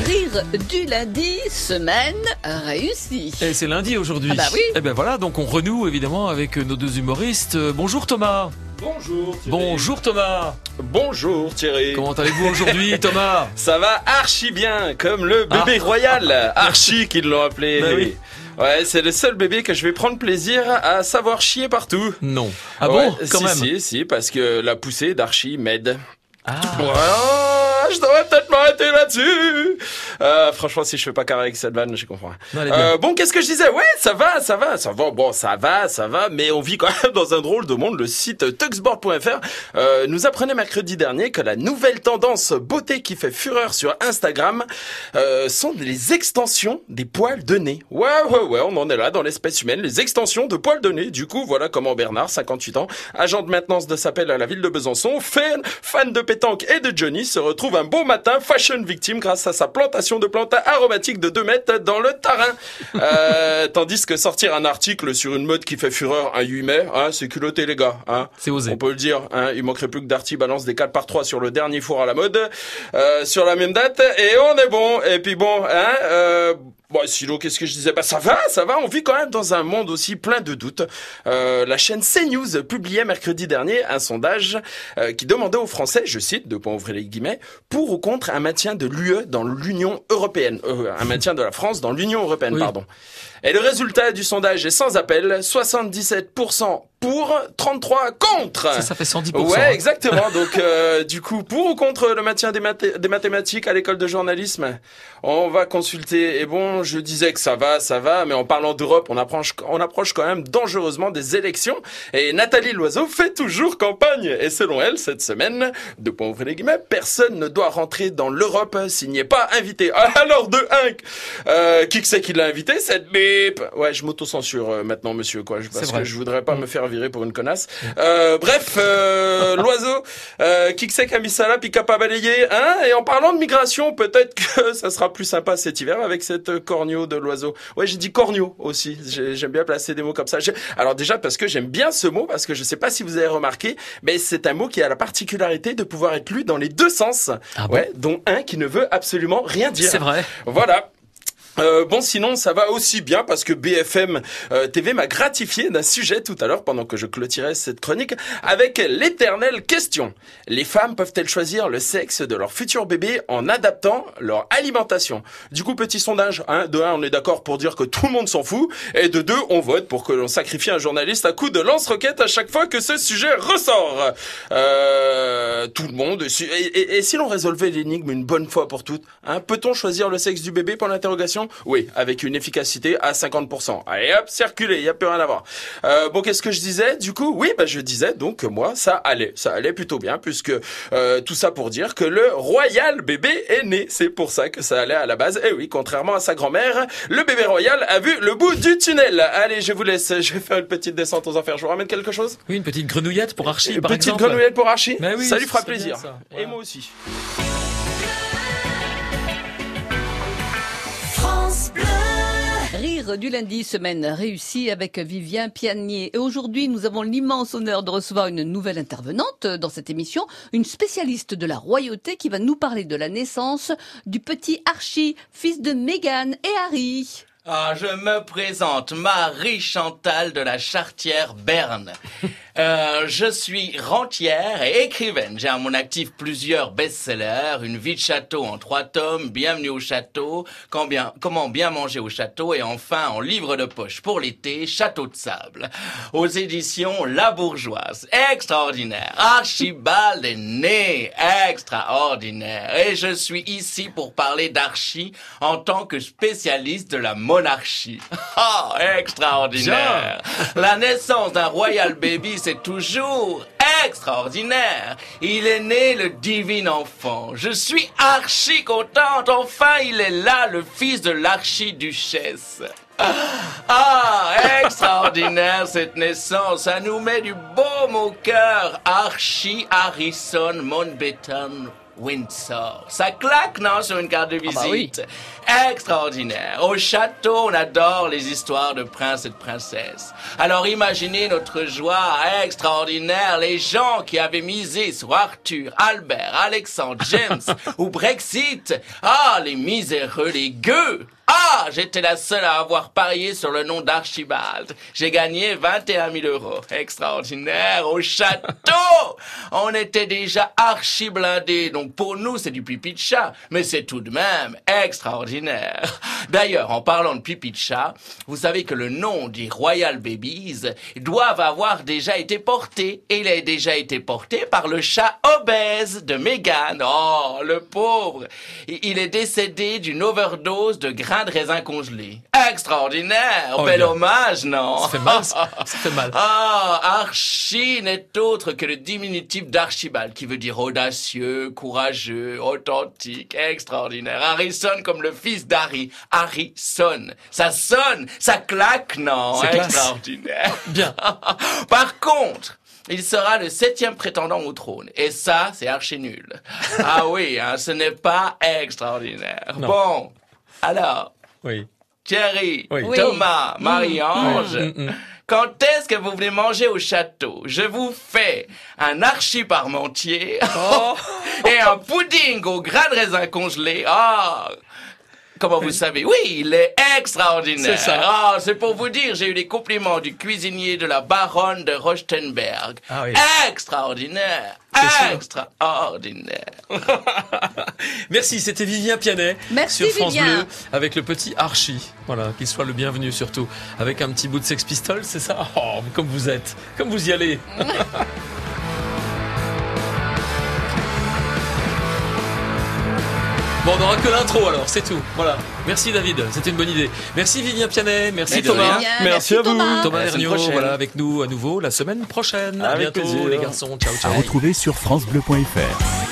Rire du lundi, semaine réussie. Et c'est lundi aujourd'hui. Ah bah oui. Et ben voilà, donc on renoue évidemment avec nos deux humoristes. Bonjour Thomas. Bonjour Thierry. Bonjour Thomas. Bonjour Thierry. Comment allez-vous aujourd'hui Thomas? Ça va archi bien, comme le bébé royal. Archi qu'ils l'ont appelé. Bah oui. Ouais, c'est le seul bébé que je vais prendre plaisir à savoir chier partout. Non. Ah Ouais, bon, quand même. Si, parce que la poussée d'Archie m'aide. Ah. Voilà, je devrais peut-être m'arrêter là-dessus. Franchement, si je fais pas carré avec cette vanne, je comprends. Non, elle est bien. Bon, qu'est-ce que je disais? Ouais, ça va. Bon, ça va, mais on vit quand même dans un drôle de monde. Le site tuxboard.fr nous apprenait mercredi dernier que la nouvelle tendance beauté qui fait fureur sur Instagram sont les extensions des poils de nez. Ouais, on en est là dans l'espèce humaine, les extensions de poils de nez. Du coup, voilà comment Bernard, 58 ans, agent de maintenance de Sapel à la ville de Besançon, fan de pétanque et de Johnny, se retrouve un beau matin fashion victime grâce à sa plantation de plantes aromatiques de 2 mètres dans le Tarin. Tandis que sortir un article sur une mode qui fait fureur un 8 mai, c'est culotté les gars. C'est osé. On peut le dire. Il manquerait plus que Darty balance des 4x3 sur le dernier four à la mode sur la même date et on est bon. Et puis bon, bon, sinon, qu'est-ce que je disais? Ça va, on vit quand même dans un monde aussi plein de doutes. La chaîne CNews publiait mercredi dernier un sondage qui demandait aux Français, je cite, de pas ouvrir les guillemets, pour ou contre un maintien de l'UE dans l'Union européenne. Un maintien de la France dans l'Union européenne, Oui. pardon. Et le résultat du sondage est sans appel, 77% pour, 33 contre. Ça fait 110%. Ouais, hein. exactement. Donc, du coup, pour ou contre le maintien des mathématiques à l'école de journalisme, on va consulter. Et bon, je disais que ça va, mais en parlant d'Europe, on approche quand même dangereusement des élections. Et Nathalie Loiseau fait toujours campagne. Et selon elle, cette semaine, de point ouvrir les guillemets, personne ne doit rentrer dans l'Europe s'il n'y est pas invité. Alors de 1, qui que c'est qui l'a invité? Cette bip. Ouais, je m'auto-censure maintenant, monsieur, quoi, parce que je voudrais pas me faire virer pour une connasse. Bref, Loiseau, qui que c'est qui a mis ça là puis qui a pas balayé, hein? Et en parlant de migration, peut-être que ça sera plus sympa cet hiver avec cette cornio de Loiseau. Ouais, j'ai dit cornio aussi. J'aime bien placer des mots comme ça. Alors déjà parce que j'aime bien ce mot, parce que je sais pas si vous avez remarqué, mais c'est un mot qui a la particularité de pouvoir être lu dans les deux sens. Ah bon? Ouais, dont un qui ne veut absolument rien dire. C'est vrai. Voilà. Bon, sinon, ça va aussi bien parce que BFM TV m'a gratifié d'un sujet tout à l'heure pendant que je clôturais cette chronique avec l'éternelle question. Les femmes peuvent-elles choisir le sexe de leur futur bébé en adaptant leur alimentation? Du coup, petit sondage. De 1, on est d'accord pour dire que tout le monde s'en fout. Et de 2, on vote pour que l'on sacrifie un journaliste à coup de lance-roquette à chaque fois que ce sujet ressort. Tout le monde. Et si l'on résolvait l'énigme une bonne fois pour toutes, peut-on choisir le sexe du bébé pour l'interrogation? Oui, avec une efficacité à 50%. Allez hop, circulez, il n'y a plus rien à voir. Bon, qu'est-ce que je disais? Du coup, oui, je disais donc que moi, ça allait plutôt bien, puisque tout ça pour dire que le royal bébé est né. C'est pour ça que ça allait à la base. Et oui, contrairement à sa grand-mère, le bébé royal a vu le bout du tunnel. Allez, je vous laisse, je vais faire une petite descente aux enfers. Je vous ramène quelque chose? Oui, une petite grenouillette pour Archie, par Petite exemple. grenouillette pour Archie? Mais oui, ça lui fera c'est bien, plaisir. ça. Et Voilà. moi aussi. Rire du lundi, semaine réussie avec Vivien Pianier. Et aujourd'hui, nous avons l'immense honneur de recevoir une nouvelle intervenante dans cette émission, une spécialiste de la royauté qui va nous parler de la naissance du petit Archie, fils de Meghan et Harry. Je me présente, Marie Chantal de la Chartière Berne. Je suis rentière et écrivaine. J'ai à mon actif plusieurs best-sellers, Une vie de château en 3 tomes, Bienvenue au château, Comment bien manger au château et enfin en livre de poche pour l'été, Château de sable. Aux éditions La Bourgeoise. Extraordinaire. Archibald est né. Extraordinaire. Et je suis ici pour parler d'Archie en tant que spécialiste de la monarchie. Extraordinaire. La naissance d'un royal baby, c'est toujours extraordinaire. Il est né le divin enfant. Je suis archi contente. Enfin, il est là, le fils de l'archiduchesse. Extraordinaire cette naissance. Ça nous met du baume au cœur. Archie Harrison Mountbatten Windsor. Ça claque, non, sur une carte de visite? bah oui. Extraordinaire. Au château, on adore les histoires de princes et de princesses. Alors imaginez notre joie extraordinaire, les gens qui avaient misé sur Arthur, Albert, Alexandre, James ou Brexit. Ah, les miséreux, les gueux. Ah, j'étais la seule à avoir parié sur le nom d'Archibald. J'ai gagné 21 000 €. Extraordinaire. Au château, on était déjà archi-blindés. Donc pour nous, c'est du pipi de chat. Mais c'est tout de même extraordinaire. D'ailleurs, en parlant de pipi de chat, vous savez que le nom des Royal Babies doivent avoir déjà été portés. Et il a déjà été porté par le chat obèse de Meghan. Oh, le pauvre. Il est décédé d'une overdose de grains de raisin congelé. Extraordinaire. Oh, Bel bien. hommage, non? Ça fait mal, ça fait mal. Ah, Archie n'est autre que le diminutif d'Archibald, qui veut dire audacieux, courageux, authentique, extraordinaire. Harrison comme le fils d'Harry. Harrison. Ça sonne, ça claque, non? C'est classe. Extraordinaire. Bien. Par contre, il sera le 7e prétendant au trône. Et ça, c'est archi nul. Ah oui, hein, ce n'est pas extraordinaire. Non. Bon, alors, Oui. Thierry, Oui. Thomas, Marie-Ange, quand est-ce que vous venez manger au château? Je vous fais un archi-parmentier et un pudding au grain de raisin congelé. Ah, comment vous savez? Oui, il est extraordinaire. C'est ça. Ah, c'est pour vous dire, j'ai eu les compliments du cuisinier de la baronne de Rochtenberg. Ah oui. Extraordinaire. C'est sûr. Extraordinaire. Merci, c'était Vivien Pianet Merci, sur France Vivien. Bleu avec le petit Archie. Voilà, qu'il soit le bienvenu surtout. Avec un petit bout de Sex Pistols, c'est ça? Oh, comme vous êtes, comme vous y allez. Bon, on n'aura que l'intro alors, c'est tout. Voilà. Merci David, c'était une bonne idée. Merci Vivien Pianet, merci Mais de Thomas. rien. Merci à vous. Thomas À la semaine Vergniaud, prochaine. voilà, avec nous à nouveau la semaine prochaine. À Avec bientôt plaisir. les garçons. Ciao, À ciao. retrouver sur francebleu.fr.